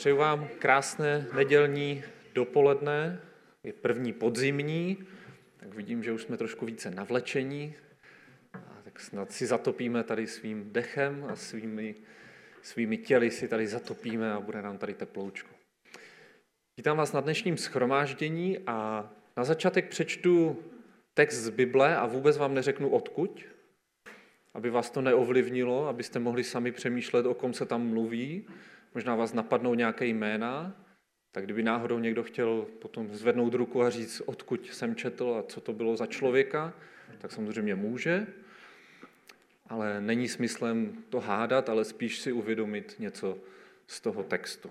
Přeju vám krásné nedělní dopoledne, je první podzimní, tak vidím, že už jsme trošku více navlečení, tak snad si zatopíme tady svým dechem a svými těly si tady zatopíme a bude nám tady teploučko. Vítám vás na dnešním shromáždění a na začátek přečtu text z Bible a vůbec vám neřeknu odkud, aby vás to neovlivnilo, abyste mohli sami přemýšlet, o kom se tam mluví. Možná vás napadnou nějaké jména, tak kdyby náhodou někdo chtěl potom zvednout ruku a říct, odkud jsem četl a co to bylo za člověka, tak samozřejmě může, ale není smyslem to hádat, ale spíš si uvědomit něco z toho textu.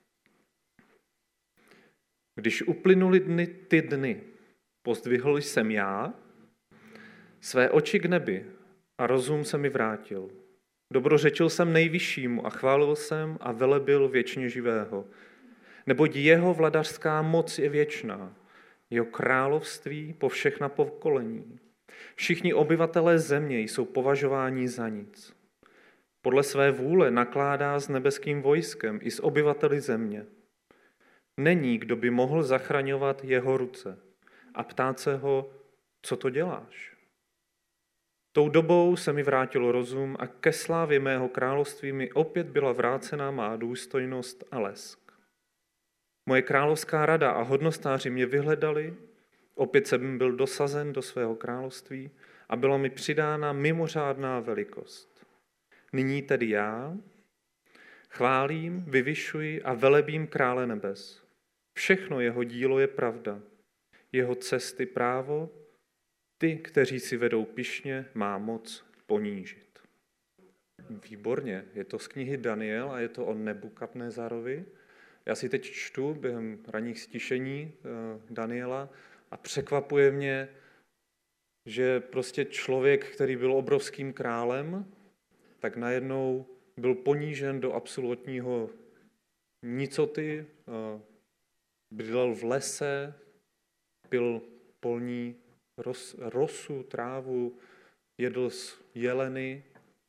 Když uplynuly ty dny, pozdvihl jsem já své oči k nebi a rozum se mi vrátil. Dobrořečil jsem nejvyššímu a chválil jsem a velebil věčně živého. Neboť jeho vladařská moc je věčná, jeho království po všechna pokolení. Všichni obyvatelé země jsou považováni za nic. Podle své vůle nakládá s nebeským vojskem i s obyvateli země. Není, kdo by mohl zachraňovat jeho ruce a ptát se ho, co to děláš. Tou dobou se mi vrátil rozum a ke slávě mého království mi opět byla vrácena má důstojnost a lesk. Moje královská rada a hodnostáři mě vyhledali, opět jsem byl dosazen do svého království a byla mi přidána mimořádná velikost. Nyní tedy já chválím, vyvyšuji a velebím krále nebes. Všechno jeho dílo je pravda, jeho cesty právo, ty, kteří si vedou pyšně, má moc ponížit. Výborně, je to z knihy Daniel a je to o Nebukadnezarovi. Já si teď čtu během ranních stišení Daniela a překvapuje mě, že prostě člověk, který byl obrovským králem, tak najednou byl ponížen do absolutního nicoty, bydlel v lese, pil polní rosu, trávu, jedl jeleny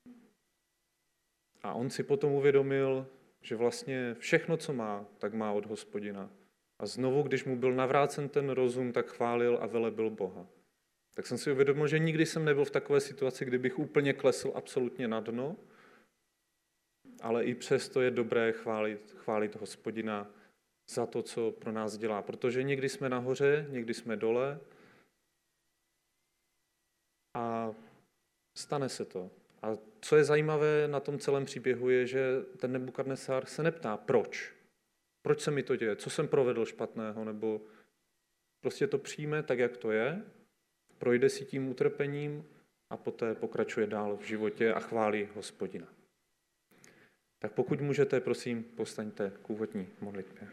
a on si potom uvědomil, že vlastně všechno, co má, tak má od Hospodina. A znovu, když mu byl navrácen ten rozum, tak chválil a velebil Boha. Tak jsem si uvědomil, že nikdy jsem nebyl v takové situaci, kdybych úplně klesl absolutně na dno, ale i přesto je dobré chválit Hospodina za to, co pro nás dělá. Protože někdy jsme nahoře, někdy jsme dole a stane se to. A co je zajímavé na tom celém příběhu je, že ten Nebukadnesar se neptá, proč. Proč se mi to děje? Co jsem provedl špatného? Nebo prostě to přijme tak, jak to je, projde si tím utrpením a poté pokračuje dál v životě a chválí Hospodina. Tak pokud můžete, prosím, povstaňte k úvodní modlitbě.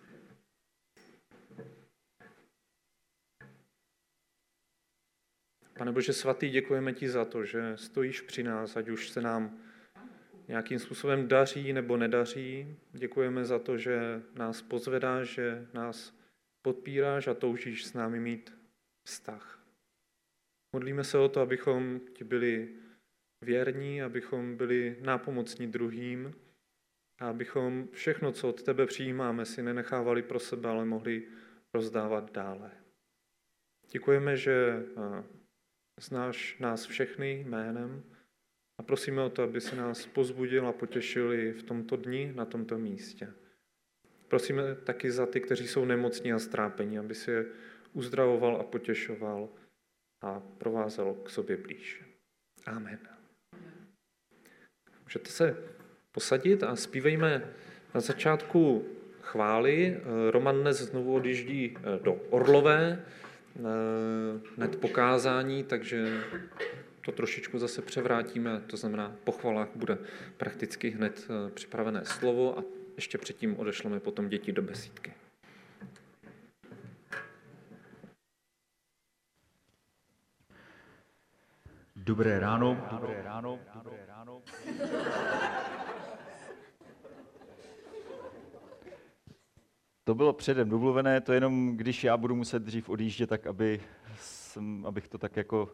Pane Bože svatý, děkujeme ti za to, že stojíš při nás, ať už se nám nějakým způsobem daří nebo nedaří. Děkujeme za to, že nás pozvedáš, že nás podpíráš a toužíš s námi mít vztah. Modlíme se o to, abychom ti byli věrní, abychom byli nápomocní druhým a abychom všechno, co od tebe přijímáme, si nenechávali pro sebe, ale mohli rozdávat dále. Děkujeme, že znáš nás všechny jménem a prosíme o to, aby si nás pozbudil a potěšil i v tomto dni, na tomto místě. Prosíme taky za ty, kteří jsou nemocní a strápení, aby si je uzdravoval a potěšoval a provázel k sobě blíž. Amen. Můžete se posadit a zpívejme na začátku chvály. Roman dnes znovu odjíždí do Orlové, hned po kázání, takže to trošičku zase převrátíme, to znamená po chvalách bude prakticky hned připravené slovo a ještě předtím odešleme potom děti do besídky. Dobré ráno. Dobré ráno. Dobré ráno. To bylo předem domluvené, to jenom, když já budu muset dřív odjíždět, tak abych to tak jako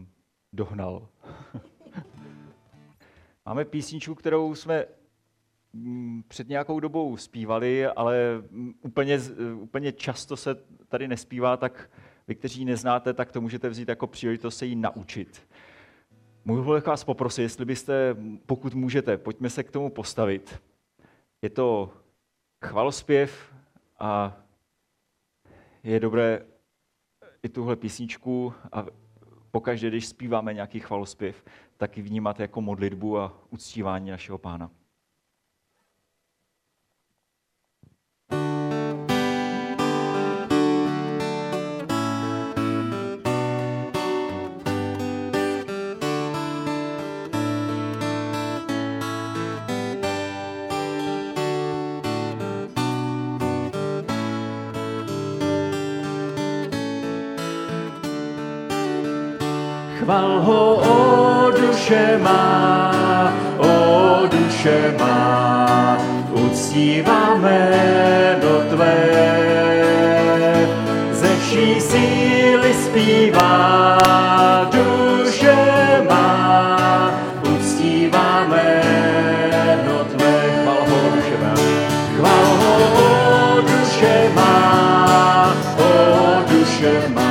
dohnal. Máme písničku, kterou jsme před nějakou dobou zpívali, ale úplně často se tady nespívá, tak vy, kteří neznáte, tak to můžete vzít jako příležitost se jí naučit. Mohu vás poprosit, jestli byste, pokud můžete, pojďme se k tomu postavit. Je to chvalospěv a je dobré i tuhle písničku a pokaždé, když zpíváme nějaký chvalospěv, tak ji vnímat jako modlitbu a uctívání našeho Pána. Chval ho, o duše má, uctívá jméno tvé. Ze vší síly zpívá, duše má, uctívá jméno tvé. Chval ho, o duše má. Chval ho, o duše má, o duše má.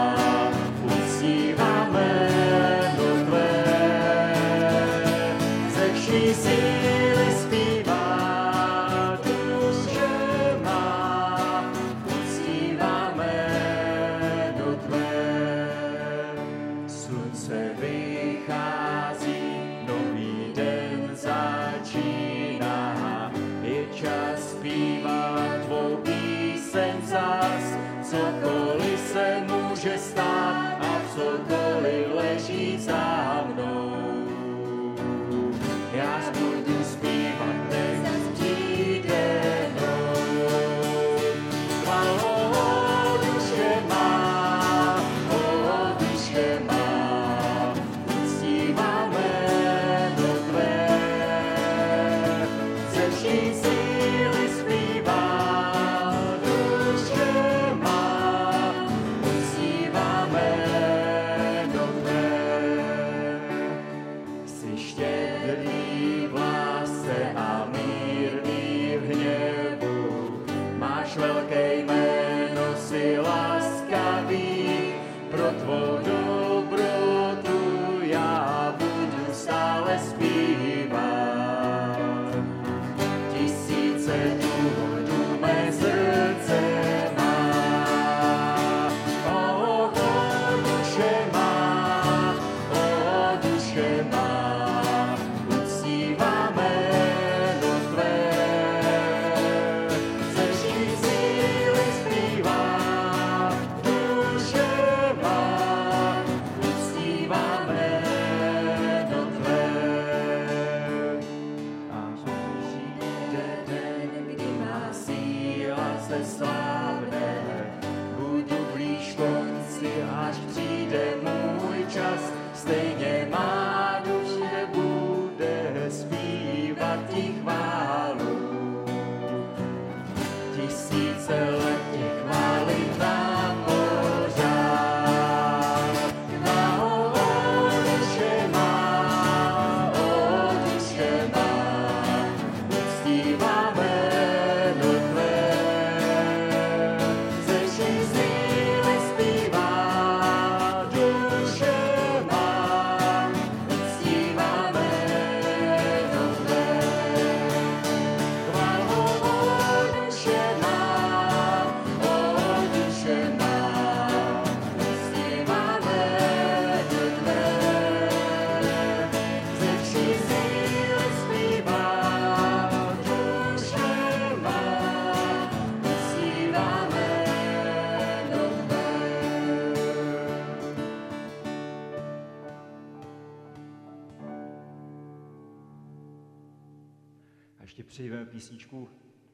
Ještě přejdeme písničku.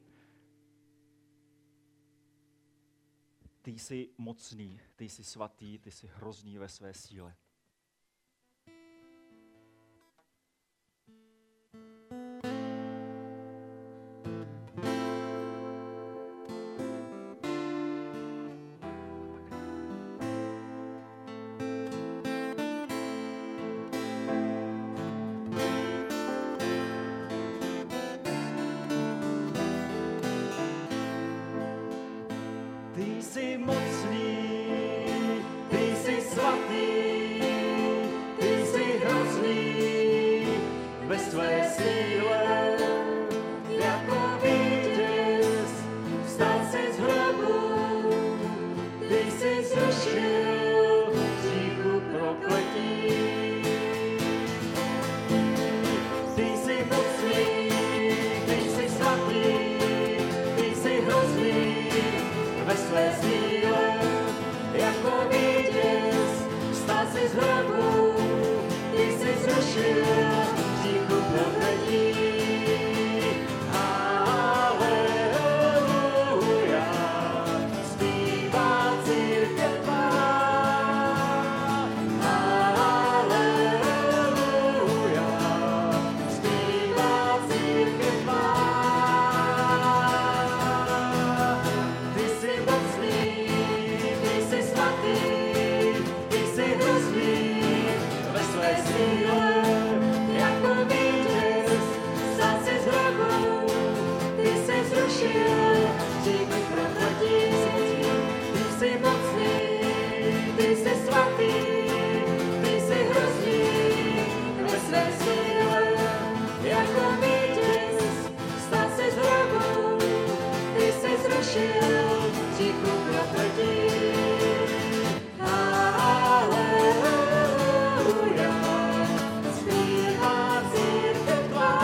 Ty jsi mocný, ty jsi svatý, ty jsi hrozný ve své síle. Ty jsi mocný, ty jsi svatý, ty jsi hrozný ve své síle, jako vítěz vstal si z hrobu, ty jsi zrušil hříchu prokletí. Ty jsi mocný, ty jsi svatý, ty jsi hrozný ve své síle, jako vítěz vstal si z hrobu, ty jsi zrušil hříchu prokletí. Haleluja, zpívá církev tvá. Haleluja, zpívá církev tvá. Ty jsi mocný, ty jsi svatý, ty jsi hrozný ve své síle, jako vítěz vstal si z hrobu, ty jsi zrušil hříchy prokletí. Ty jsi mocný, ty jsi svatý, ty jsi hrozný ve své síle, jako vítěz vstal si z hrobu, ty jsi zrušil hříchy prokletí. Haleluja, zpívá církev tvá.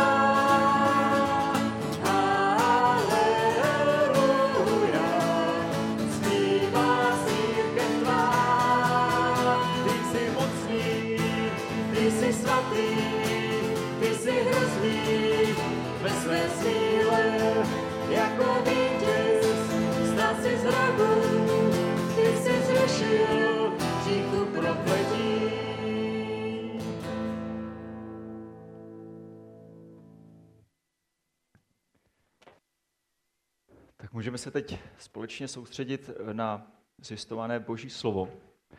Haleluja, zpívá církev tvá. Ty jsi mocný, ty jsi svatý, ty jsi hrozný ve své síle, jako vítěz vstal si z hrobu, ty jsi zrušil hříchu prokletí. Tak můžeme se teď společně soustředit na zjistované Boží slovo.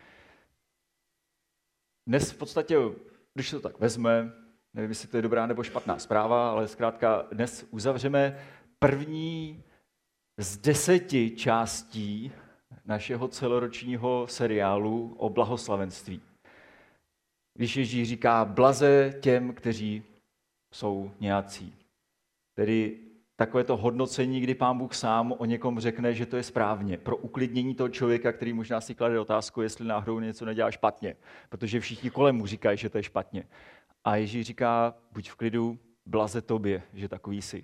Dnes v podstatě, když se to tak vezme, nevím, jestli to je dobrá nebo špatná zpráva, ale zkrátka dnes uzavřeme první z 10 částí našeho celoročního seriálu o blahoslavenství. Když Ježíš říká blaze těm, kteří jsou nějací. Tedy takové to hodnocení, kdy Pán Bůh sám o někom řekne, že to je správně. Pro uklidnění toho člověka, který možná si klade otázku, jestli náhodou něco nedělá špatně. Protože všichni kolem mu říkají, že to je špatně. A Ježíš říká, buď v klidu, blaze tobě, že takový jsi.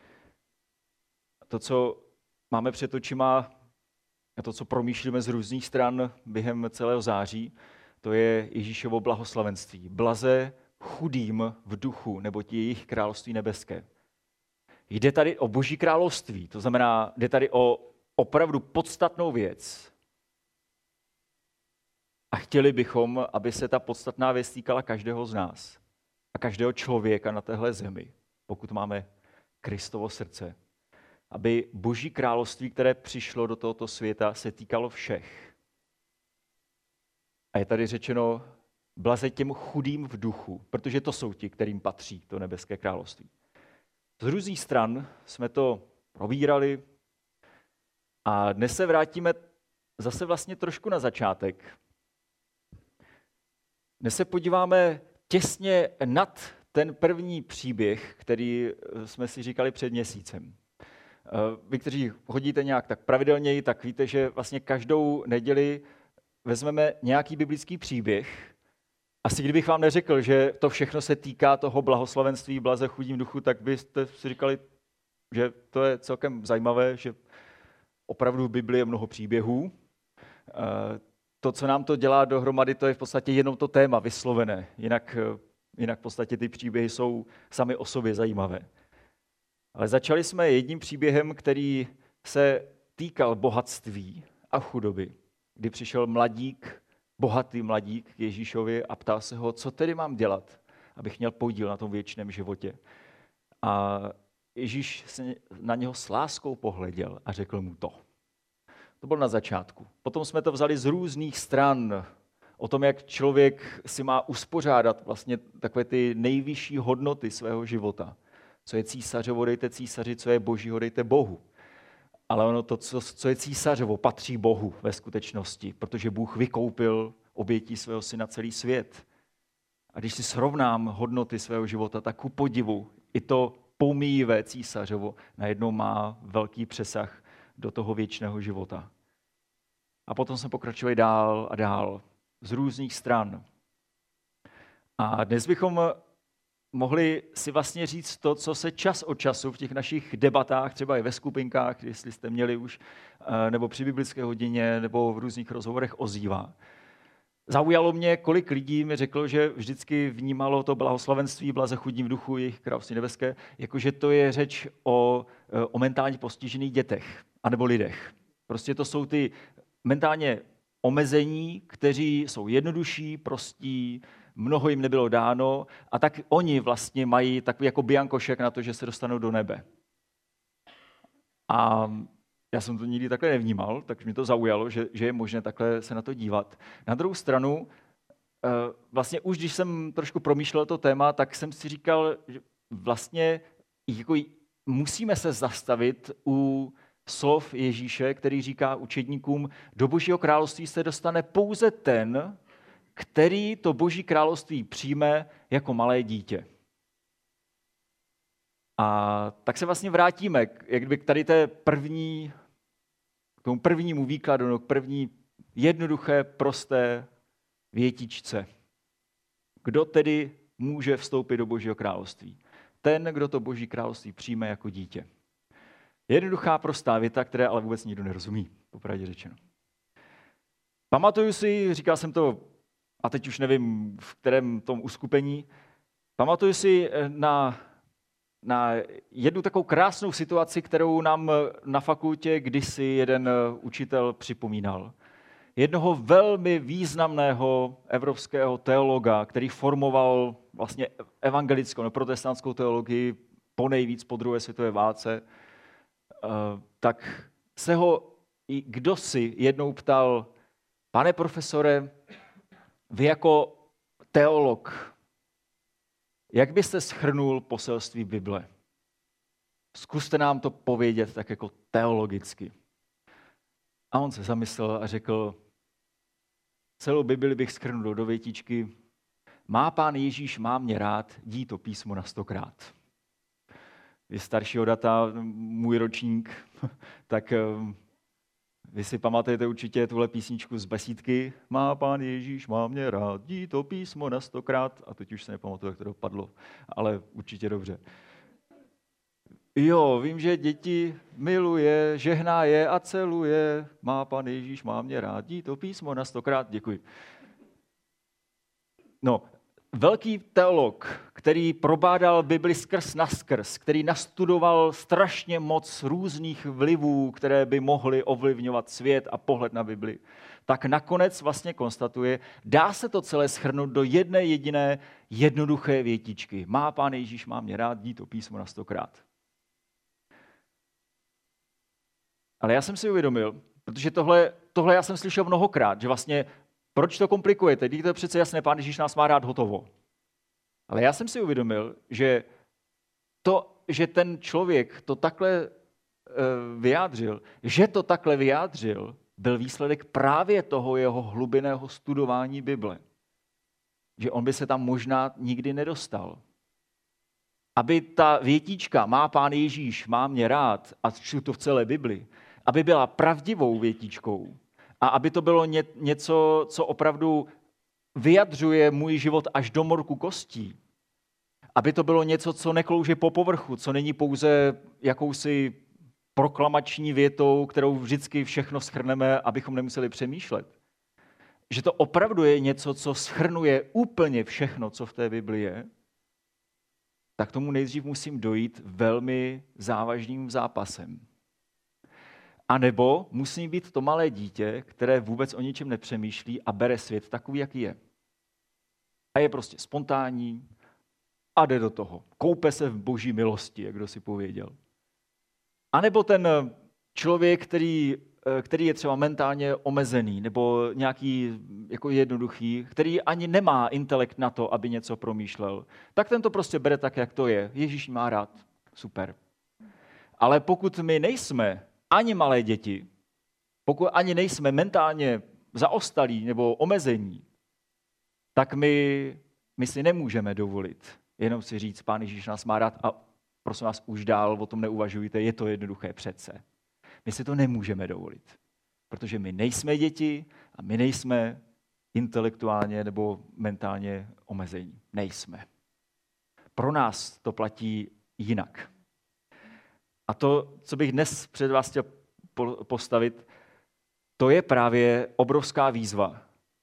To, co máme před očima, a to, co promýšlíme z různých stran během celého září, to je Ježíšovo blahoslavenství. Blaze chudým v duchu, neboť je jejich království nebeské. Jde tady o Boží království, to znamená, jde tady o opravdu podstatnou věc. A chtěli bychom, aby se ta podstatná věc týkala každého z nás a každého člověka na téhle zemi, pokud máme Kristovo srdce. Aby Boží království, které přišlo do tohoto světa, se týkalo všech. A je tady řečeno, blaze těm chudým v duchu, protože to jsou ti, kterým patří to nebeské království. Z různých stran jsme to probírali a dnes se vrátíme zase vlastně trošku na začátek. Dnes se podíváme těsně nad ten první příběh, který jsme si říkali před měsícem. Vy, kteří chodíte nějak tak pravidelněji, tak víte, že vlastně každou neděli vezmeme nějaký biblický příběh. Asi kdybych vám neřekl, že to všechno se týká toho blahoslavenství, blaze chudým duchu, tak byste si říkali, že to je celkem zajímavé, že opravdu v Biblii je mnoho příběhů. To, co nám to dělá dohromady, to je v podstatě jenom to téma vyslovené. Jinak v podstatě ty příběhy jsou sami o sobě zajímavé. Ale začali jsme jedním příběhem, který se týkal bohatství a chudoby, kdy přišel mladík, bohatý mladík k Ježíšovi a ptal se ho, co tedy mám dělat, abych měl podíl na tom věčném životě. A Ježíš se na něho s láskou pohleděl a řekl mu to. To bylo na začátku. Potom jsme to vzali z různých stran, o tom, jak člověk si má uspořádat vlastně takové ty nejvyšší hodnoty svého života. Co je císařovo, dejte císaři, co je božího, dejte Bohu. ale ono to, co je císařovo, patří Bohu ve skutečnosti, protože Bůh vykoupil obětí svého syna celý svět. A když si srovnám hodnoty svého života, tak ku podivu i to pomíjivé císařovo najednou má velký přesah do toho věčného života. A potom jsme pokračovali dál a dál z různých stran. A dnes bychom mohli si vlastně říct to, co se čas od času v těch našich debatách, třeba i ve skupinkách, jestli jste měli už, nebo při biblické hodině, nebo v různých rozhovorech ozývá. Zaujalo mě, kolik lidí mi řeklo, že vždycky vnímalo to blahoslavenství, blaze chudým v duchu, jejich království nebeské, jakože to je řeč o mentálně postižených dětech, anebo lidech. Prostě to jsou ty mentálně omezení, kteří jsou jednodušší, prostí, mnoho jim nebylo dáno a tak oni vlastně mají takový jako biankošek na to, že se dostanou do nebe. A já jsem to nikdy takhle nevnímal, takže mě to zaujalo, že je možné takhle se na to dívat. Na druhou stranu, vlastně už když jsem trošku promýšlel to téma, tak jsem si říkal, že vlastně jako musíme se zastavit u slov Ježíše, který říká učedníkům, do Božího království se dostane pouze ten, který to Boží království přijme jako malé dítě. A tak se vlastně vrátíme k tady k tomu prvnímu výkladu, k první jednoduché, prosté větičce. Kdo tedy může vstoupit do Božího království? Ten, kdo to Boží království přijme jako dítě. Jednoduchá, prostá věta, které ale vůbec nikdo nerozumí, popravdě řečeno. Pamatuju si, říkal jsem to, a teď už nevím, v kterém tom uskupení, pamatuju si na jednu takovou krásnou situaci, kterou nám na fakultě kdysi jeden učitel připomínal. Jednoho velmi významného evropského teologa, který formoval vlastně evangelickou, protestantskou teologii ponejvíc po druhé světové válce, tak se ho i kdosi jednou ptal, pane profesore, vy jako teolog, jak byste shrnul poselství Bible? Zkuste nám to povědět tak jako teologicky. A on se zamyslel a řekl, celou Bibli bych shrnul do větičky, má Pán Ježíš, má mě rád, dí to písmo na 100krát. Vy staršího data, můj ročník, tak vy si pamatujete určitě tuhle písničku z besídky. Má Pán Ježíš, má mě rád, dí to písmo na 100krát. A teď už se nepamatuju, jak to dopadlo, ale určitě dobře. Jo, vím, že děti miluje, žehná je a celuje. Má Pán Ježíš, má mě rád, dí to písmo na 100krát. Děkuji. No, velký teolog, který probádal Bibli skrz naskrz, který nastudoval strašně moc různých vlivů, které by mohly ovlivňovat svět a pohled na Bibli, tak nakonec vlastně konstatuje, dá se to celé shrnout do jedné jediné jednoduché větičky. Má Pán Ježíš, má mě rád, dí to písmo na 100krát. Ale já jsem si uvědomil, protože tohle já jsem slyšel mnohokrát, že vlastně proč to komplikujete? Teď to je přece jasné, Pán Ježíš nás má rád, hotovo. Ale já jsem si uvědomil, že že ten člověk to takhle vyjádřil, byl výsledek právě toho jeho hlubinného studování Bible. Že on by se tam možná nikdy nedostal. Aby ta větička, má Pán Ježíš, má mě rád, a čtu to v celé Bibli, aby byla pravdivou větičkou, a aby to bylo něco, co opravdu vyjadřuje můj život až do morku kostí. Aby to bylo něco, co neklouže po povrchu, co není pouze jakousi proklamační větou, kterou vždycky všechno shrneme, abychom nemuseli přemýšlet. Že to opravdu je něco, co shrnuje úplně všechno, co v té Bibli je, tak tomu nejdřív musím dojít velmi závažným zápasem. A nebo musím být to malé dítě, které vůbec o ničem nepřemýšlí a bere svět takový, jaký je. A je prostě spontánní a jde do toho. Koupe se v boží milosti, jak kdo si pověděl. A nebo ten člověk, který je třeba mentálně omezený nebo nějaký jako jednoduchý, který ani nemá intelekt na to, aby něco promýšlel, tak ten to prostě bere tak, jak to je. Ježíš má rád. Super. Ale pokud my nejsme ani malé děti, pokud ani nejsme mentálně zaostalí nebo omezení, tak my si nemůžeme dovolit jenom si říct, Pán Ježíš nás má rád a prosím vás, už dál o tom neuvažujte, je to jednoduché přece. My si to nemůžeme dovolit, protože my nejsme děti a my nejsme intelektuálně nebo mentálně omezení. Nejsme. Pro nás to platí jinak. A to, co bych dnes před vás chtěl postavit, to je právě obrovská výzva.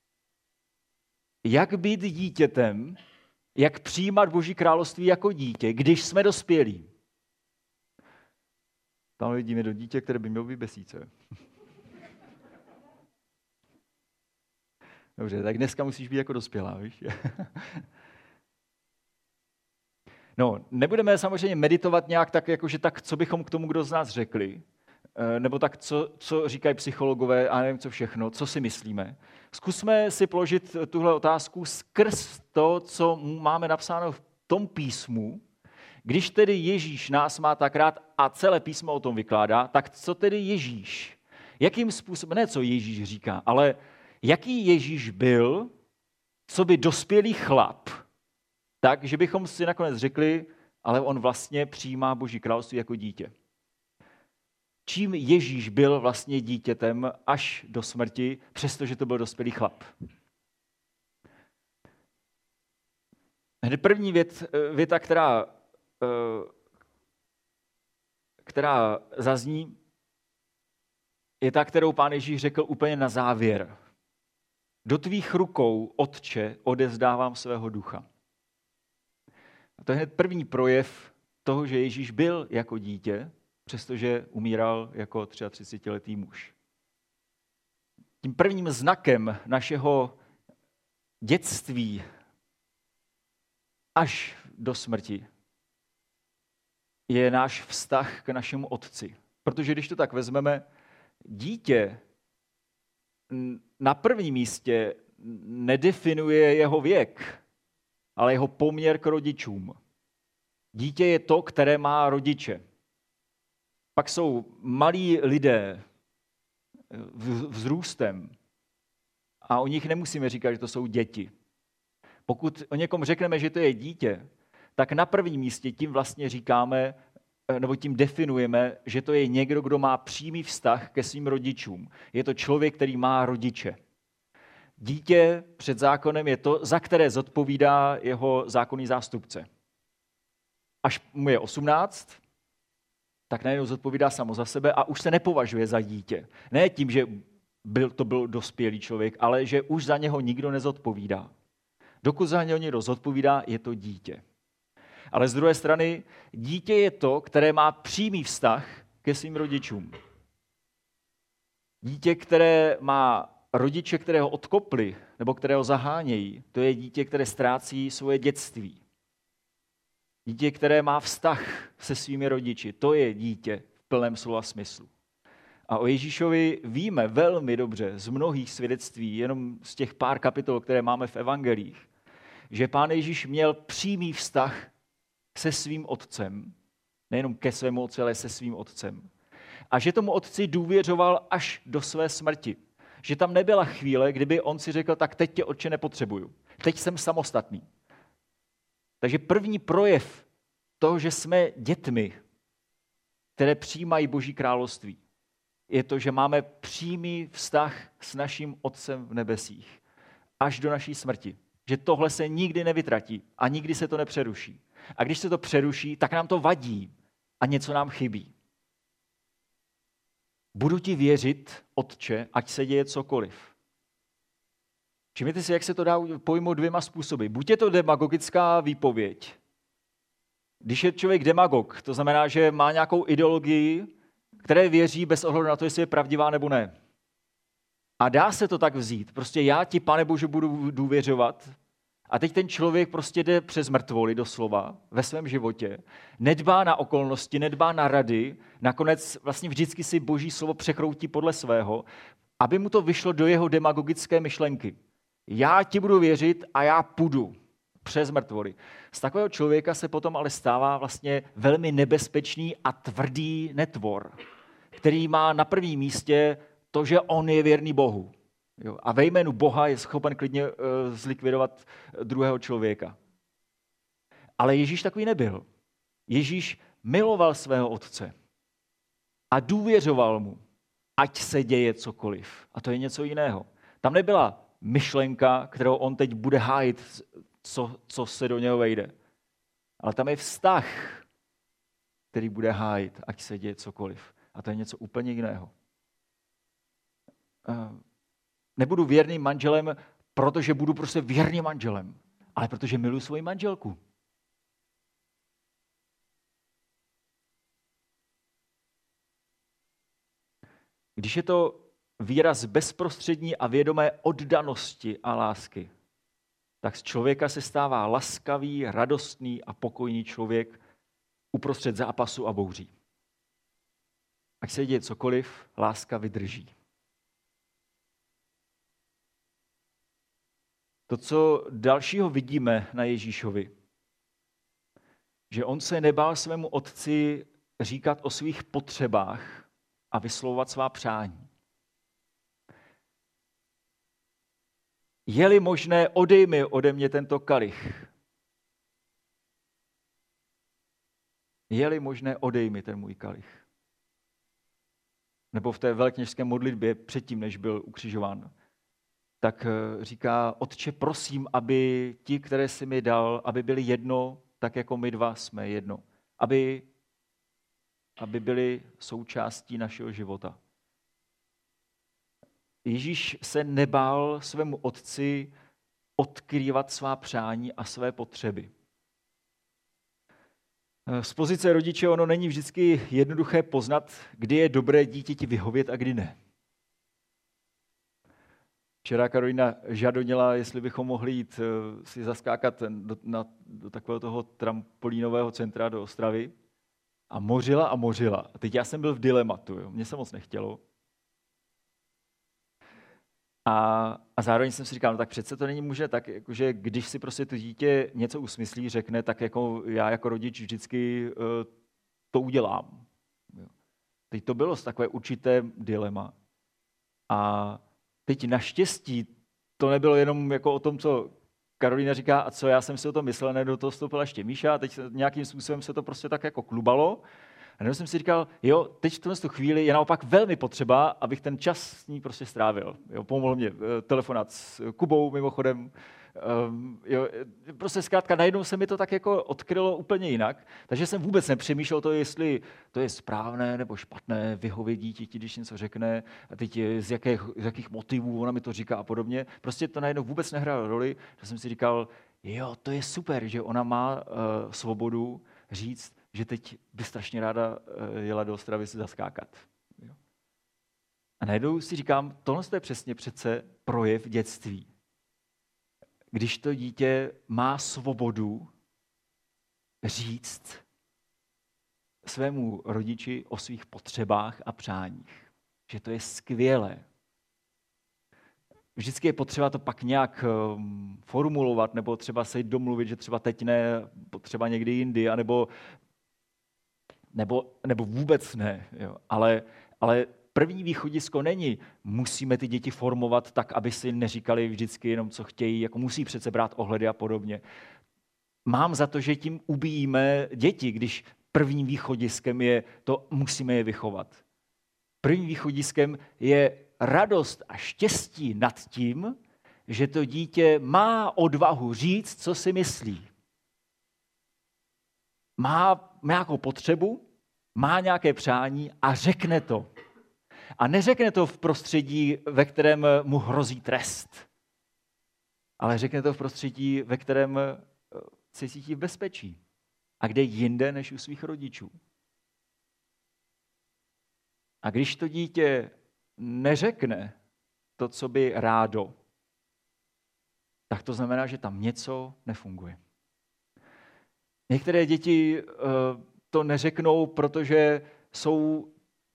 Jak být dítětem, jak přijímat Boží království jako dítě, když jsme dospělí. Tam vidíme do dítě, které by mělo být besíce. Dobře, tak dneska musíš být jako dospělá, víš? No, nebudeme samozřejmě meditovat nějak tak, jakože tak, co bychom k tomu kdo z nás řekli, nebo tak, co říkají psychologové a nevím co všechno, co si myslíme. Zkusme si položit tuhle otázku skrz to, co máme napsáno v tom písmu. Když tedy Ježíš nás má tak rád a celé písmo o tom vykládá, tak co tedy Ježíš? Jakým způsobem, ne co Ježíš říká, ale jaký Ježíš byl, co by dospělý chlap, tak, že bychom si nakonec řekli, ale on vlastně přijímá Boží království jako dítě. Čím Ježíš byl vlastně dítětem až do smrti, přestože to byl dospělý chlap. Hned první věta, která zazní, je ta, kterou Pán Ježíš řekl úplně na závěr. Do tvých rukou, Otče, odevzdávám svého ducha. A to je hned první projev toho, že Ježíš byl jako dítě, přestože umíral jako 33letý muž. Tím prvním znakem našeho dětství až do smrti je náš vztah k našemu otci. Protože když to tak vezmeme, dítě na prvním místě nedefinuje jeho věk, ale jeho poměr k rodičům. Dítě je to, které má rodiče. Pak jsou malí lidé vzrůstem a o nich nemusíme říkat, že to jsou děti. Pokud o někom řekneme, že to je dítě, tak na prvním místě tím vlastně říkáme, nebo tím definujeme, že to je někdo, kdo má přímý vztah ke svým rodičům. Je to člověk, který má rodiče. Dítě před zákonem je to, za které zodpovídá jeho zákonný zástupce. Až mu je 18, tak najednou zodpovídá samo za sebe a už se nepovažuje za dítě. Ne tím, že to byl dospělý člověk, ale že už za něho nikdo nezodpovídá. Dokud za něho někdo zodpovídá, je to dítě. Ale z druhé strany, dítě je to, které má přímý vztah ke svým rodičům. Dítě, které má rodiče, které ho odkopli, nebo které ho zahánějí, to je dítě, které ztrácí svoje dětství. Dítě, které má vztah se svými rodiči, to je dítě v plném slova smyslu. A o Ježíšovi víme velmi dobře z mnohých svědectví, jenom z těch pár kapitol, které máme v evangelích, že Pán Ježíš měl přímý vztah se svým otcem, nejenom ke svému otci, ale se svým otcem. A že tomu otci důvěřoval až do své smrti. Že tam nebyla chvíle, kdyby on si řekl, tak teď tě, otče, nepotřebuju. Teď jsem samostatný. Takže první projev toho, že jsme dětmi, které přijímají Boží království, je to, že máme přímý vztah s naším Otcem v nebesích. Až do naší smrti. Že tohle se nikdy nevytratí a nikdy se to nepřeruší. A když se to přeruší, tak nám to vadí a něco nám chybí. Budu ti věřit, Otče, ať se děje cokoliv. Všimněte si, jak se to dá pojmout dvěma způsoby. Buď je to demagogická výpověď. Když je člověk demagog, to znamená, že má nějakou ideologii, které věří bez ohledu na to, jestli je pravdivá nebo ne. A dá se to tak vzít. Prostě já ti, Pane Bože, budu důvěřovat. A teď ten člověk prostě jde přes mrtvoly doslova ve svém životě. Nedbá na okolnosti, nedbá na rady. Nakonec vlastně vždycky si Boží slovo překroutí podle svého, aby mu to vyšlo do jeho demagogické myšlenky. Já ti budu věřit a já půjdu přes mrtvoly. Z takového člověka se potom ale stává vlastně velmi nebezpečný a tvrdý netvor, který má na prvním místě to, že on je věrný Bohu. Jo? A ve jménu Boha je schopen klidně zlikvidovat druhého člověka. Ale Ježíš takový nebyl. Ježíš miloval svého otce a důvěřoval mu, ať se děje cokoliv. A to je něco jiného. Tam nebyla myšlenka, kterou on teď bude hájit, co se do něho vejde. Ale tam je vztah, který bude hájit, ať se děje cokoliv. A to je něco úplně jiného. Nebudu věrným manželem, protože budu prostě věrným manželem, ale protože miluji svoji manželku. Když je to výraz bezprostřední a vědomé oddanosti a lásky, tak z člověka se stává laskavý, radostný a pokojný člověk uprostřed zápasu a bouří. Ať se děje cokoliv, láska vydrží. To, co dalšího vidíme na Ježíšovi, že on se nebál svému otci říkat o svých potřebách a vyslovovat svá přání. Je-li možné, odej mi ode mě tento kalich. Je-li možné, odej mi ten můj kalich. Nebo v té velekněžské modlitbě předtím, než byl ukřižován, tak říká, Otče, prosím, aby ti, které jsi mi dal, aby byli jedno, tak jako my dva jsme jedno. Aby byli součástí našeho života. Ježíš se nebál svému otci odkrývat svá přání a své potřeby. Z pozice rodiče ono není vždycky jednoduché poznat, kdy je dobré dítěti vyhovět a kdy ne. Včera Karolina žadonila, jestli bychom mohli jít si zaskákat do takového toho trampolínového centra do Ostravy. A mořila a mořila. A teď já jsem byl v dilematu. Jo. Mně se moc nechtělo. A zároveň jsem si říkal, no tak přece to není možné tak, jakože když si prostě to dítě něco usmyslí, řekne, tak jako já jako rodič vždycky to udělám. Jo. Teď to bylo takové určité dilema. A teď naštěstí to nebylo jenom jako o tom, co Karolina říká, a co já jsem si o tom myslel, ne, do toho vstoupila ještě Míša a teď nějakým způsobem se to prostě tak jako klubalo. A nebo jsem si říkal, jo, teď v tuhle chvíli je naopak velmi potřeba, abych ten čas s ní prostě strávil. Jo, pomohl mě telefonát s Kubou mimochodem. Jo, prostě zkrátka najednou se mi to tak jako odkrylo úplně jinak. Takže jsem vůbec nepřemýšlel to, jestli to je správné nebo špatné vyhovět dítěti, když něco řekne a teď z jakých motivů ona mi to říká a podobně. Prostě to najednou vůbec nehrálo roli, že jsem si říkal, jo, to je super, že ona má svobodu říct, že teď by strašně ráda jela do Ostravy si zaskákat. Jo. A najednou si říkám, tohle je přesně přece projev dětství. Když to dítě má svobodu říct svému rodiči o svých potřebách a přáních. Že to je skvělé. Vždycky je potřeba to pak nějak formulovat, nebo třeba se domluvit, že třeba teď ne, třeba někdy jindy, anebo vůbec ne. Jo. Ale první východisko není, musíme ty děti formovat tak, aby si neříkali vždycky jenom, co chtějí, jako musí přece brát ohledy a podobně. Mám za to, že tím ubíjíme děti, když prvním východiskem je to, musíme je vychovat. Prvním východiskem je radost a štěstí nad tím, že to dítě má odvahu říct, co si myslí. Má nějakou potřebu, má nějaké přání a řekne to. A neřekne to v prostředí, ve kterém mu hrozí trest, ale řekne to v prostředí, ve kterém se cítí v bezpečí. A kde jinde než u svých rodičů. A když to dítě neřekne to, co by rádo, tak to znamená, že tam něco nefunguje. Některé děti to neřeknou, protože jsou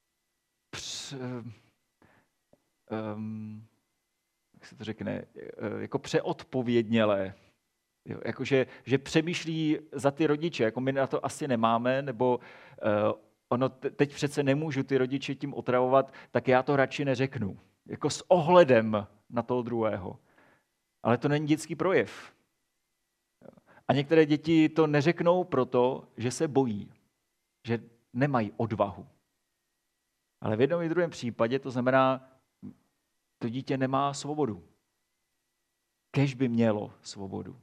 jak se to řekne, jako přeodpovědnělé. Jakože že přemýšlí za ty rodiče, jako my na to asi nemáme, nebo teď přece nemůžu ty rodiče tím otravovat, tak já to radši neřeknu. Jako s ohledem na toho druhého. Ale to není dětský projev. A některé děti to neřeknou proto, že se bojí, že nemají odvahu. Ale v jednom i druhém případě to znamená, to dítě nemá svobodu. Kéž by mělo svobodu.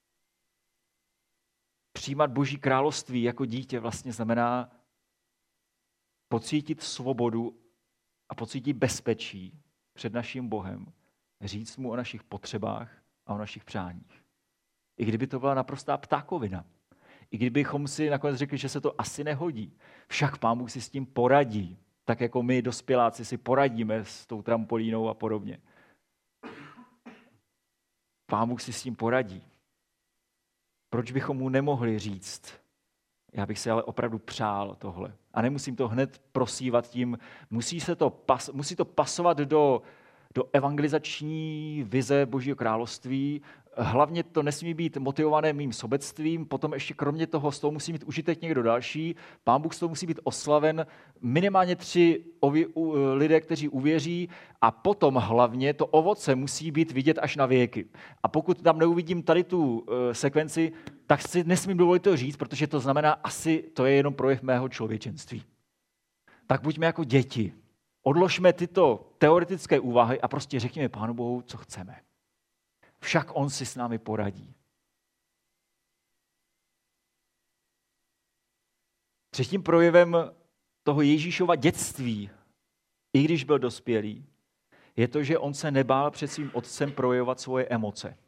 Přijímat Boží království jako dítě vlastně znamená pocítit svobodu a pocítit bezpečí před naším Bohem, říct mu o našich potřebách a o našich přáních. I kdyby to byla naprostá ptákovina. I kdybychom si nakonec řekli, že se to asi nehodí. Však Pán Bůh si s tím poradí, tak jako my dospěláci si poradíme s tou trampolínou a podobně. Pán Bůh si s tím poradí. Proč bychom mu nemohli říct? Já bych si ale opravdu přál tohle. A nemusím to hned prosívat tím, musí to pasovat do evangelizační vize Božího království. Hlavně to nesmí být motivované mým sobectvím, potom ještě kromě toho z toho musí mít užitek někdo další. Pán Bůh z toho musí být oslaven, minimálně 3 lidé, kteří uvěří, a potom hlavně to ovoce musí být vidět až na věky. A pokud tam neuvidím tady tu sekvenci, tak si nesmím dovolit to říct, protože to znamená, asi to je jenom projev mého člověčenství. Tak buďme jako děti. Odložme tyto teoretické úvahy a prostě řekněme Pánu Bohu, co chceme. Však on si s námi poradí. Třetím projevem toho Ježíšova dětství, i když byl dospělý, je to, že on se nebál před svým otcem projevovat svoje emoce.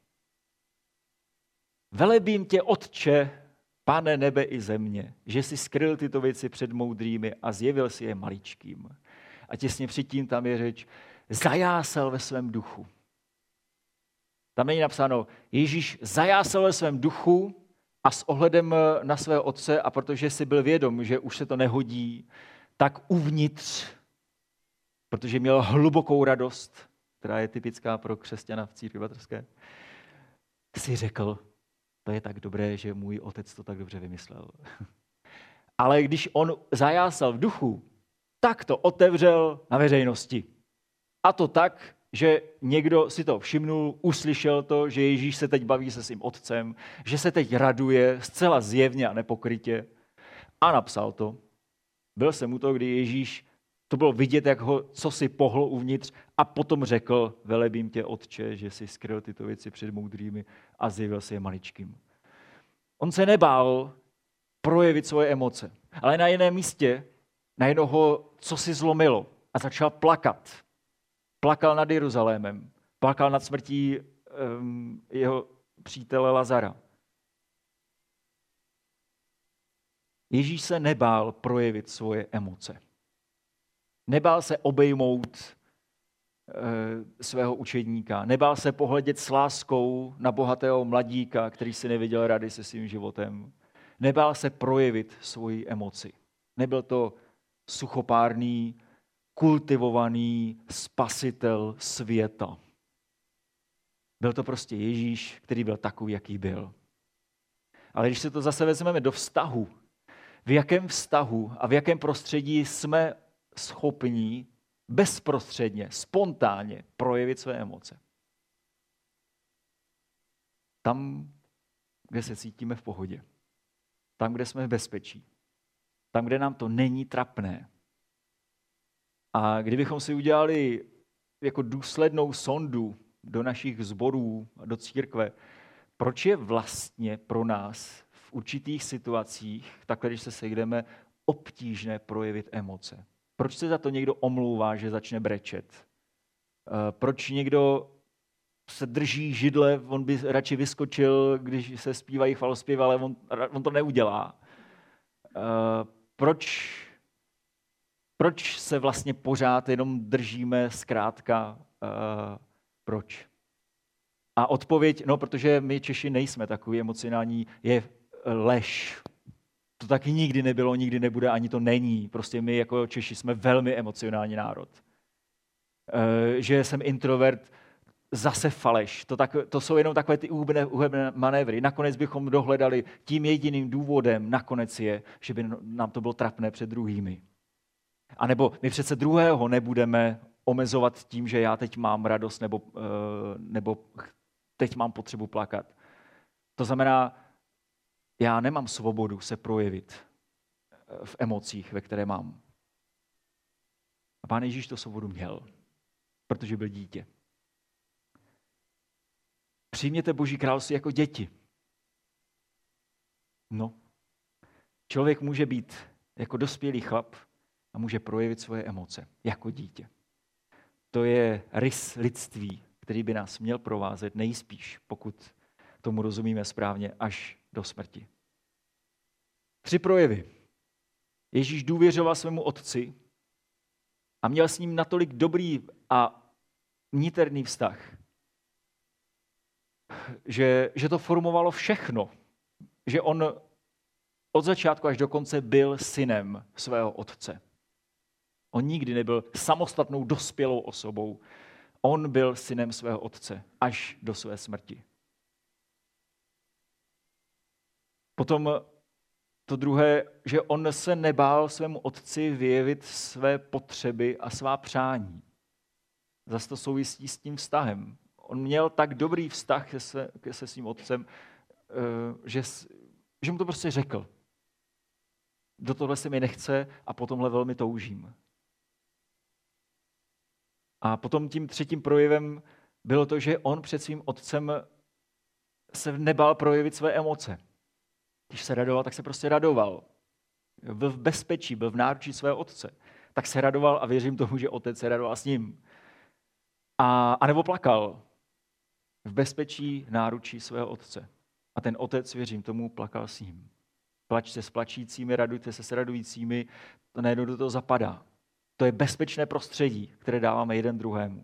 Velebím tě, Otče, Pane nebe i země, že jsi skryl tyto věci před moudrými a zjevil si je maličkým. A těsně předtím tam je řeč, zajásal ve svém duchu. Tam není napsáno, Ježíš zajásal ve svém duchu a s ohledem na svého otce, a protože si byl vědom, že už se to nehodí, tak uvnitř, protože měl hlubokou radost, která je typická pro křesťana v církvi bratrské, si řekl, to je tak dobré, že můj otec to tak dobře vymyslel. Ale když on zajásal v duchu, tak to otevřel na veřejnosti. A to tak, že někdo si to všimnul, uslyšel to, že Ježíš se teď baví se svým otcem, že se teď raduje zcela zjevně a nepokrytě, a napsal to. Byl jsem u toho, kdy Ježíš, to bylo vidět, jak ho cosi pohlo uvnitř, a potom řekl, velebím tě, Otče, že jsi skryl tyto věci před moudrými a zjevil si je maličkým. On se nebál projevit svoje emoce, ale na jiném místě najednou ho cosi zlomilo a začal plakat. Plakal nad Jeruzalémem, plakal nad smrtí jeho přítele Lazara. Ježíš se nebál projevit svoje emoce. Nebál se obejmout svého učedníka. Nebál se pohledět s láskou na bohatého mladíka, který si nevěděl rady se svým životem. Nebál se projevit svoji emoci. Nebyl to suchopárný, kultivovaný spasitel světa. Byl to prostě Ježíš, který byl takový, jaký byl. Ale když se to zase vezmeme do vztahu, v jakém vztahu a v jakém prostředí jsme schopní bezprostředně, spontánně projevit své emoce? Tam, kde se cítíme v pohodě. Tam, kde jsme v bezpečí. Tam, kde nám to není trapné. A kdybychom si udělali jako důslednou sondu do našich sborů, do církve, proč je vlastně pro nás v určitých situacích, takhle když se sejdeme, obtížné projevit emoce? Proč se za to někdo omlouvá, že začne brečet? Proč někdo se drží židle, on by radši vyskočil, když se zpívají chvalozpěvy, ale on to neudělá? Proč se vlastně pořád jenom držíme zkrátka? Proč? A odpověď, no, protože my Češi nejsme takový emocionální, je lež. To taky nikdy nebylo, nikdy nebude, ani to není. Prostě my jako Češi jsme velmi emocionální národ. Že jsem introvert, zase faleš. To jsou jenom takové ty úhebné manévry. Nakonec bychom dohledali, tím jediným důvodem nakonec je, že by nám to bylo trapné před druhými. A nebo my přece druhého nebudeme omezovat tím, že já teď mám radost nebo teď mám potřebu plakat. To znamená, já nemám svobodu se projevit v emocích, ve které mám. A Pán Ježíš to svobodu měl, protože byl dítě. Přijměte Boží království jako děti. No, člověk může být jako dospělý chlap a může projevit svoje emoce jako dítě. To je rys lidství, který by nás měl provázet nejspíš, pokud tomu rozumíme správně, až do smrti. 3 projevy. Ježíš důvěřoval svému otci a měl s ním natolik dobrý a niterný vztah, že to formovalo všechno. Že on od začátku až do konce byl synem svého otce. On nikdy nebyl samostatnou dospělou osobou. On byl synem svého otce až do své smrti. Potom to druhé, že on se nebál svému otci vyjevit své potřeby a svá přání. Zase to souvisí s tím vztahem. On měl tak dobrý vztah se svým otcem, že mu to prostě řekl. Do tohle se mi nechce a po tomhle velmi toužím. A potom tím 3. projevem bylo to, že on před svým otcem se nebál projevit své emoce. Když se radoval, tak se prostě radoval. Byl v bezpečí, byl v náručí svého otce. Tak se radoval a věřím tomu, že otec se radoval s ním. A nebo plakal. V bezpečí náručí svého otce. A ten otec, věřím tomu, plakal s ním. Plačte s plačícími, radujte se s radujícími, to najednou do toho zapadá. To je bezpečné prostředí, které dáváme jeden druhému.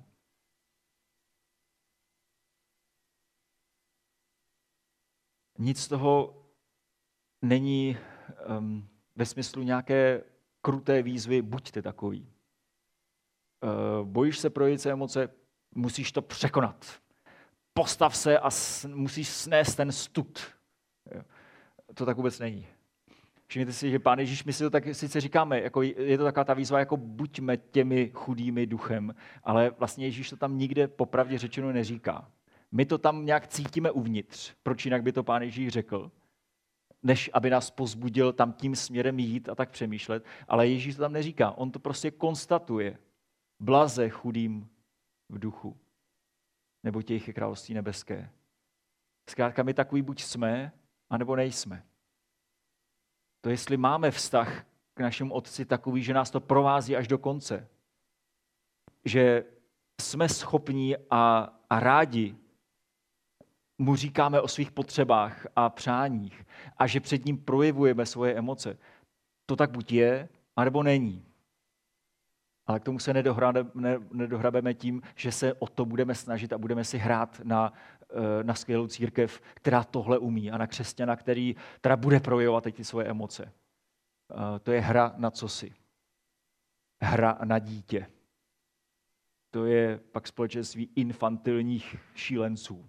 Nic z toho není ve smyslu nějaké kruté výzvy, buďte takový. Bojíš se projevit své emoce, musíš to překonat. Postav se a musíš snést ten stud. To tak vůbec není. Všimněte si, že Pán Ježíš, my si to tak sice říkáme, jako je to taková ta výzva, jako buďme těmi chudými duchem, ale vlastně Ježíš to tam nikde popravdě řečeno neříká. My to tam nějak cítíme uvnitř, proč jinak by to Pán Ježíš řekl, než aby nás pozbudil tam tím směrem jít a tak přemýšlet, ale Ježíš to tam neříká, on to prostě konstatuje. Blaze chudým v duchu, nebo těch je království nebeské. Zkrátka my takový buď jsme, anebo nejsme. To jestli máme vztah k našemu otci takový, že nás to provází až do konce. Že jsme schopní a rádi mu říkáme o svých potřebách a přáních a že před ním projevujeme svoje emoce. To tak buď je, anebo není. Ale k tomu se nedohrabeme tím, že se o to budeme snažit a budeme si hrát na skvělou církev, která tohle umí a na křesťana, který teda bude projevovat teď ty svoje emoce. To je hra na cosi. Hra na dítě. To je pak společenství infantilních šílenců.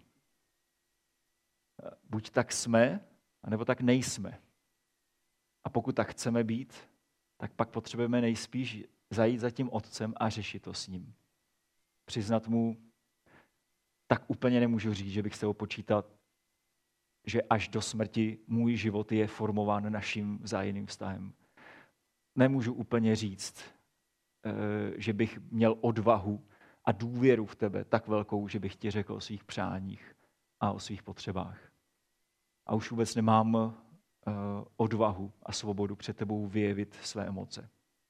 Buď tak jsme, anebo tak nejsme. A pokud tak chceme být, tak pak potřebujeme nejspíš zajít za tím otcem a řešit to s ním. Přiznat mu, tak úplně nemůžu říct, že bych se ho počítal, že až do smrti můj život je formován naším vzájemným vztahem. Nemůžu úplně říct, že bych měl odvahu a důvěru v tebe tak velkou, že bych ti řekl o svých přáních a o svých potřebách. A už vůbec nemám odvahu a svobodu před tebou vyjevit své emoce.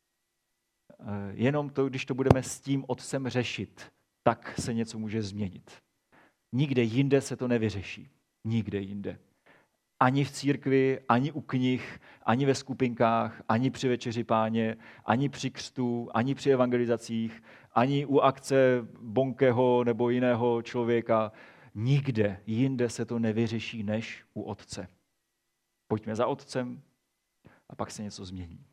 Jenom to, když to budeme s tím otcem řešit, tak se něco může změnit. Nikde jinde se to nevyřeší. Nikde jinde. Ani v církvi, ani u knih, ani ve skupinkách, ani při večeři Páně, ani při křtu, ani při evangelizacích, ani u akce Bonkeho nebo jiného člověka. Nikde jinde se to nevyřeší než u otce. Pojďme za otcem a pak se něco změní.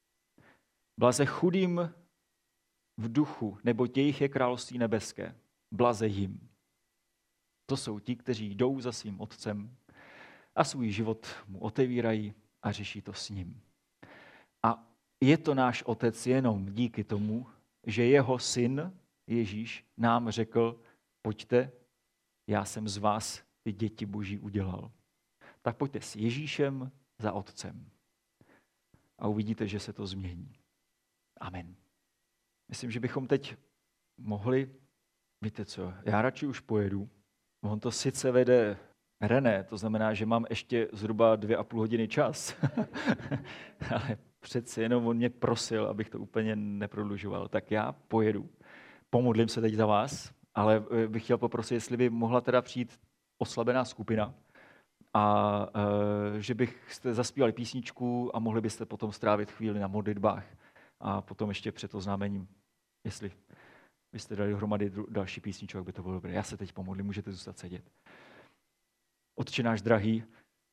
Blaze chudým v duchu, nebo jejich je království nebeské. blaze jim. To jsou ti, kteří jdou za svým otcem a svůj život mu otevírají a řeší to s ním. A je to náš otec jenom díky tomu, že jeho syn Ježíš nám řekl, pojďte, já jsem z vás ty děti Boží udělal. Tak pojďte s Ježíšem za otcem. A uvidíte, že se to změní. Amen. Myslím, že bychom teď mohli, víte co, já radši už pojedu. On to sice vede René, to znamená, že mám ještě zhruba 2,5 hodiny čas. Ale přeci jenom on mě prosil, abych to úplně neprodlužoval. Tak já pojedu. Pomodlím se teď za vás, ale bych chtěl poprosit, jestli by mohla teda přijít oslabená skupina a že byste zaspívali písničku a mohli byste potom strávit chvíli na modlitbách a potom ještě před oznámením, jestli byste dali dohromady další písničku, jak by to bylo dobré. Já se teď pomodlím, můžete zůstat sedět. Otče náš drahý,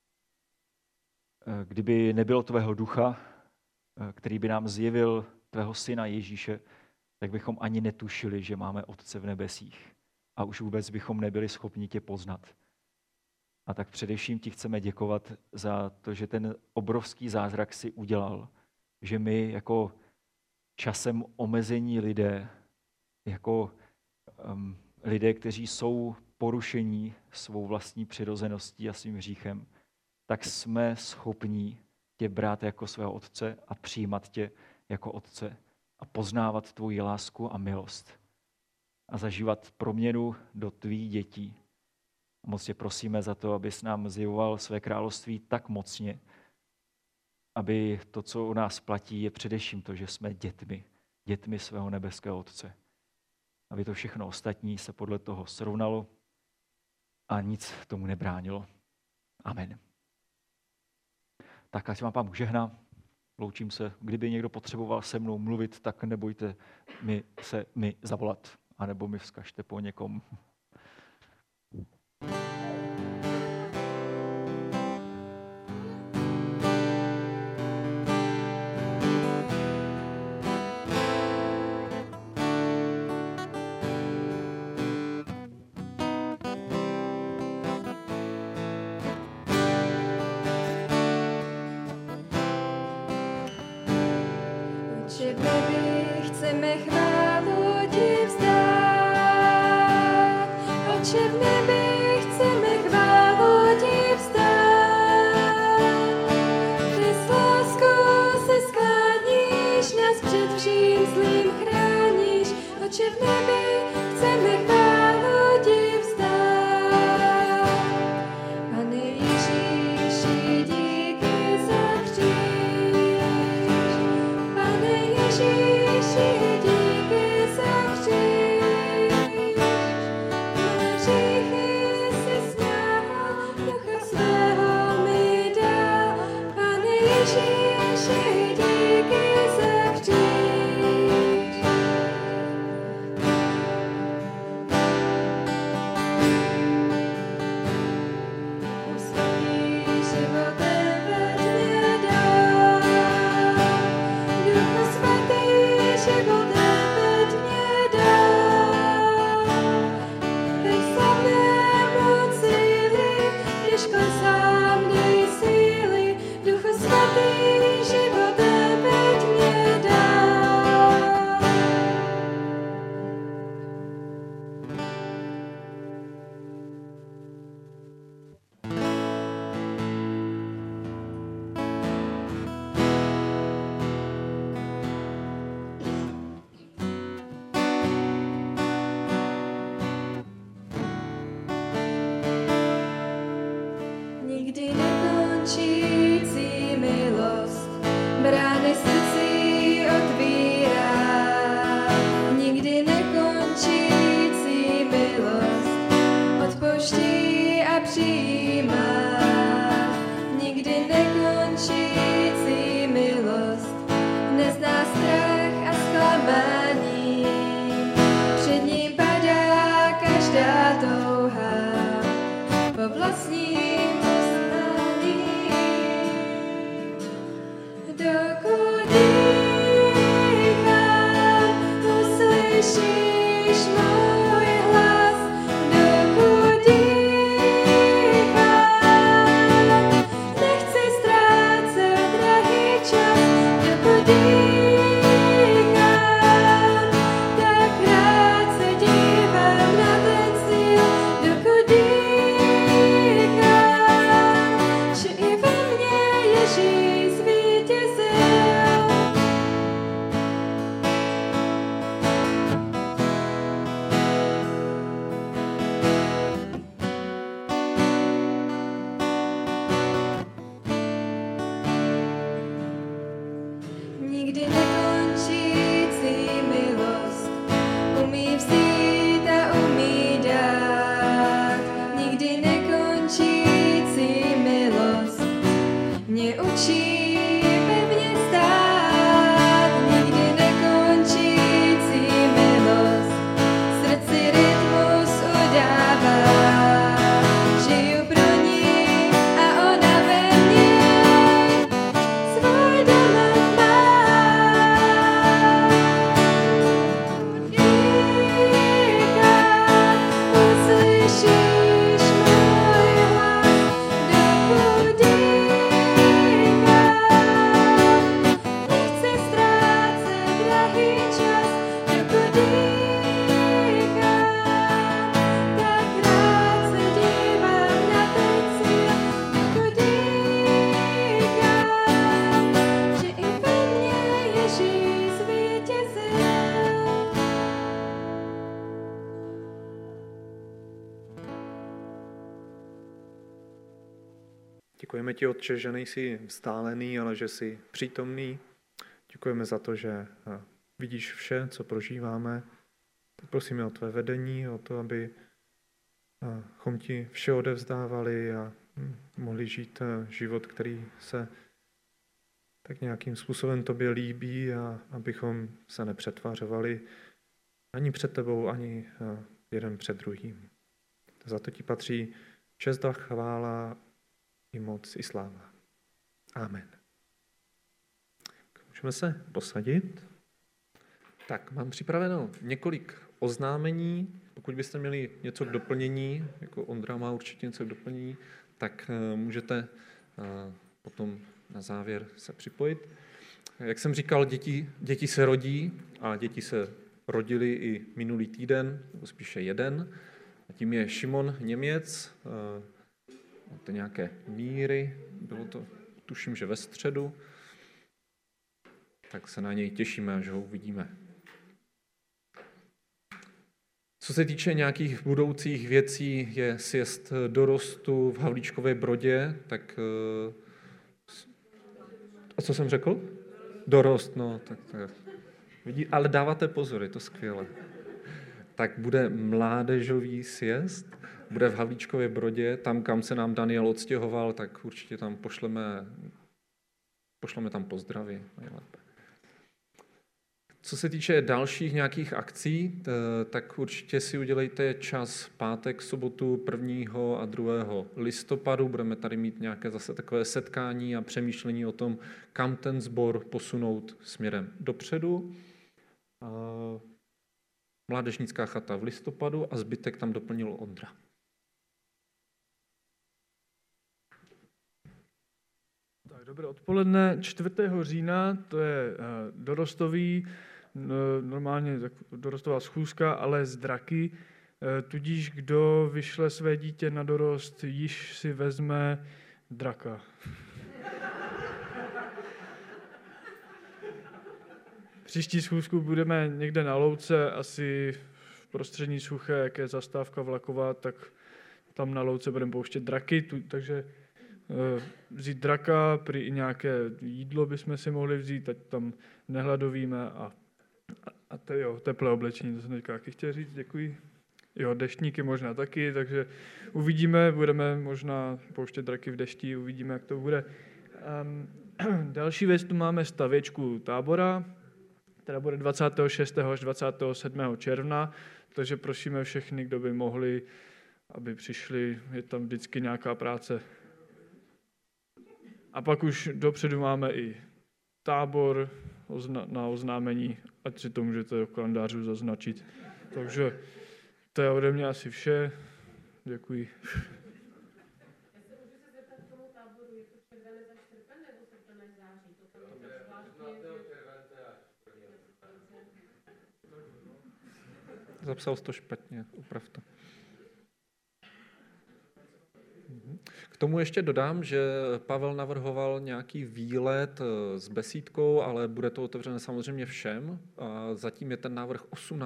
kdyby nebylo tvého ducha, který by nám zjevil tvého syna Ježíše, tak bychom ani netušili, že máme Otce v nebesích. A už vůbec bychom nebyli schopni tě poznat. A tak především ti chceme děkovat za to, že ten obrovský zázrak si udělal. Že my jako časem omezení lidé, jako lidé, kteří jsou porušení svou vlastní přirozeností a svým hříchem, tak jsme schopní tě brát jako svého otce a přijímat tě jako otce a poznávat tvoji lásku a milost a zažívat proměnu do tvých dětí. A moc tě prosíme za to, abys nám zjevoval své království tak mocně, aby to, co u nás platí, je především to, že jsme dětmi svého nebeského Otce. Aby to všechno ostatní se podle toho srovnalo a nic tomu nebránilo. Amen. Tak ať vám Pán Bůh žehná. Loučím se. Kdyby někdo potřeboval se mnou mluvit, tak nebojte mi zavolat, anebo mi vzkažte po někom. Že v nebi chceme chválu ti vzdát. Oče, v nebi chceme chválu ti vzdát. Ty s láskou se skláníš, nás před vším zlým chráníš. Oče, v nebi chceme chválu ti vzdát. Pane Ježíši, díky za kříž. Pane Ježíši, díky za kříž. Moje hříchy si sňal, Ducha svého mi dal. Pane Ježíši, díky za kříž. Děkujeme ti, Otče, že nejsi vzdálený, ale že jsi přítomný. Děkujeme za to, že vidíš vše, co prožíváme. Tak prosíme o tvé vedení, o to, abychom ti vše odevzdávali a mohli žít život, který se tak nějakým způsobem tobě líbí a abychom se nepřetvářovali ani před tebou, ani jeden před druhým. Za to ti patří čest a chvála i moc i sláva. Amen. Můžeme se posadit. Tak, mám připraveno několik oznámení. Pokud byste měli něco k doplnění, jako Ondra má určitě něco k doplnění, tak můžete potom na závěr se připojit. Jak jsem říkal, děti se rodí a děti se rodily i minulý týden, nebo spíše jeden. A tím je Šimon Něměc, máte nějaké míry, bylo to, tuším, že ve středu, tak se na něj těšíme, až ho uvidíme. Co se týče nějakých budoucích věcí, je sjezd dorostu v Havlíčkové Brodě, tak... A co jsem řekl? Dorost, no, tak. Ale dáváte pozor, je to skvělé. Tak bude mládežový sjezd, bude v Havlíčkově Brodě, tam, kam se nám Daniel odstěhoval, tak určitě tam pošleme tam pozdravy nejlépe. Co se týče dalších nějakých akcí, tak určitě si udělejte čas pátek, sobotu 1. a 2. listopadu. Budeme tady mít nějaké zase takové setkání a přemýšlení o tom, kam ten sbor posunout směrem dopředu. Mládežnická chata v listopadu a zbytek tam doplnil Ondra. Tak, dobré odpoledne. 4. října, to je dorostový, normálně dorostová schůzka, ale z draky. Tudíž kdo vyšle své dítě na dorost, již si vezme draka. Příští schůzku budeme někde na louce, asi v prostřední Suché, jak je zastávka vlaková, tak tam na louce budeme pouštět draky, takže vzít draka, prý i nějaké jídlo bychom si mohli vzít, ať tam nehladovíme a teplé oblečení, to jsem teďka taky chtěl říct, děkuji. Jo, deštníky možná taky, takže uvidíme, budeme možná pouštět draky v dešti, uvidíme, jak to bude. Další věc, tu máme stavěčku tábora, která bude 26. až 27. června, takže prosíme všechny, kdo by mohli, aby přišli, je tam vždycky nějaká práce. A pak už dopředu máme i tábor na oznámení, ať si to můžete do kalendářů zaznačit. Takže to je ode mě asi vše. Děkuji. Zapsal jsi to špatně, oprav to. K tomu ještě dodám, že Pavel navrhoval nějaký výlet s besídkou, ale bude to otevřené samozřejmě všem. A zatím je ten návrh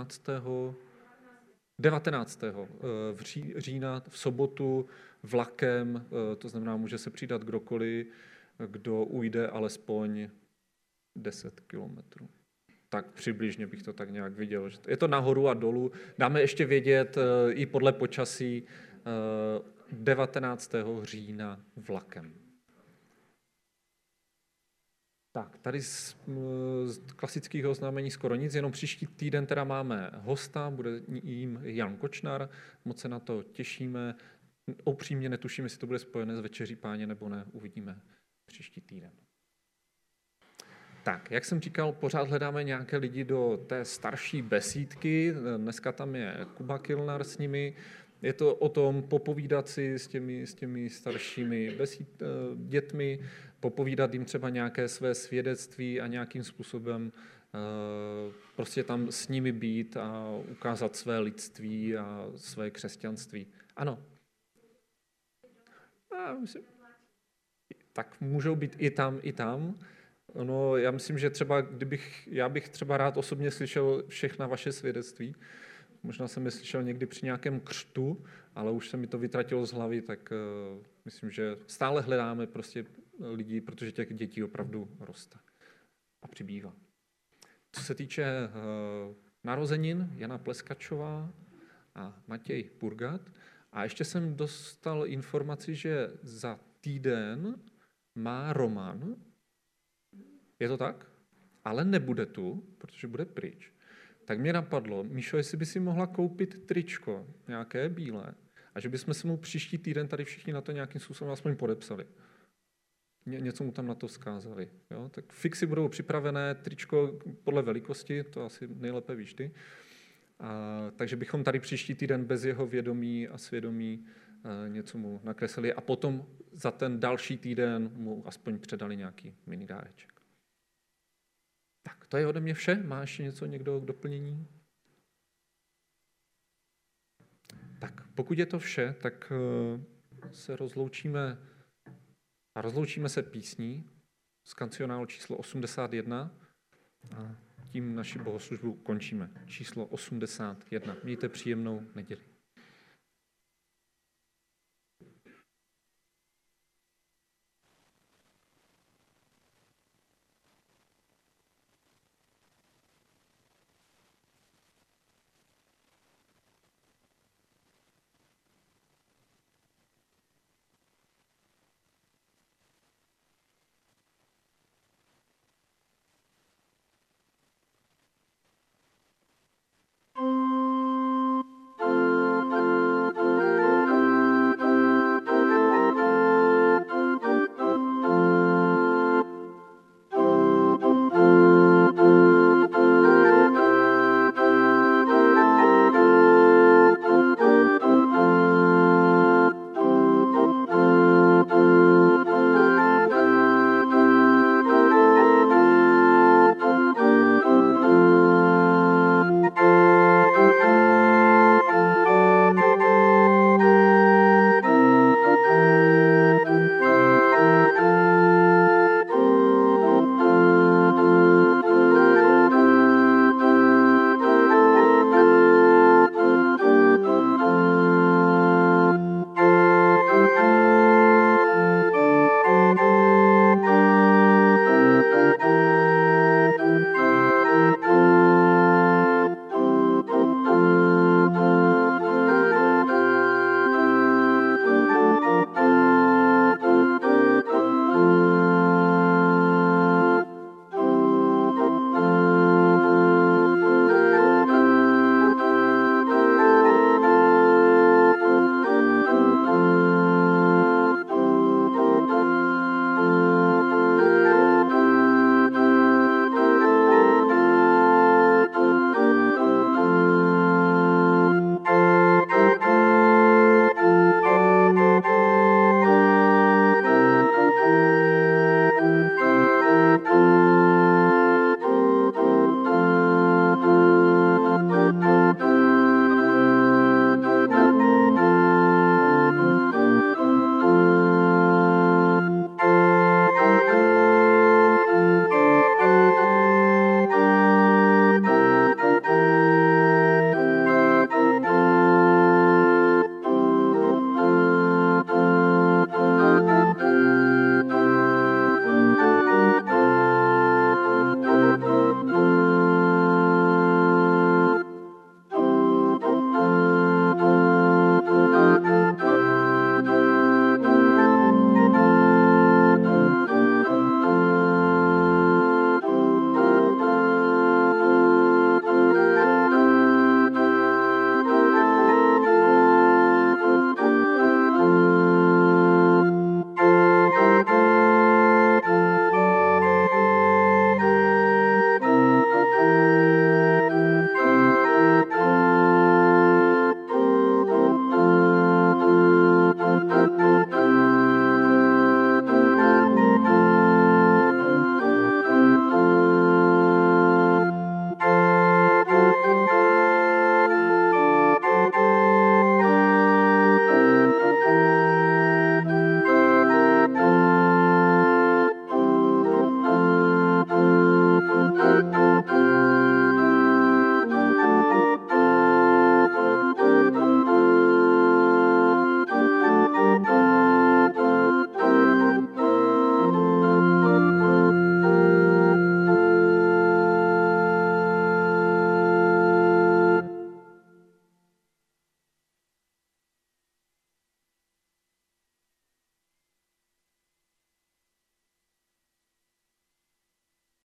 19. října v sobotu vlakem, to znamená, může se přidat kdokoliv, kdo ujde alespoň 10 kilometrů. Tak přibližně bych to tak nějak viděl. Je to nahoru a dolů. Dáme ještě vědět i podle počasí 19. října vlakem. Tak, tady z klasických oznámení skoro nic, jenom příští týden teda máme hosta, bude jím Jan Kočnar, moc se na to těšíme. Upřímně netuším, jestli to bude spojené s Večeří Páně nebo ne, uvidíme příští týden. Tak, jak jsem říkal, pořád hledáme nějaké lidi do té starší besídky. Dneska tam je Kuba Kilnar s nimi. Je to o tom popovídat si s těmi staršími dětmi, popovídat jim třeba nějaké své svědectví a nějakým způsobem prostě tam s nimi být a ukázat své lidství a své křesťanství. Ano. Tak můžou být i tam. No, já myslím, že třeba já bych třeba rád osobně slyšel všechna vaše svědectví, možná jsem je slyšel někdy při nějakém křtu, ale už se mi to vytratilo z hlavy, tak myslím, že stále hledáme prostě lidi, protože těch dětí opravdu roste a přibývá. Co se týče narozenin, Jana Pleskačová a Matěj Purgat. A ještě jsem dostal informaci, že za týden má Roman. Je to tak? Ale nebude tu, protože bude pryč. Tak mě napadlo, Míšo, jestli by si mohla koupit tričko, nějaké bílé, a že bychom se mu příští týden tady všichni na to nějakým způsobem aspoň podepsali. Něco mu tam na to vzkázali. Jo? Tak fixy budou připravené, tričko podle velikosti, to asi nejlépe víš ty. Takže bychom tady příští týden bez jeho vědomí a svědomí něco mu nakreslili a potom za ten další týden mu aspoň předali nějaký mini dáreček. Tak, to je ode mě vše. Má ještě něco někdo k doplnění? Tak, pokud je to vše, tak se rozloučíme a rozloučíme se písní z kancionálu číslo 81 a tím naši bohoslužbu končíme. Číslo 81. Mějte příjemnou neděli.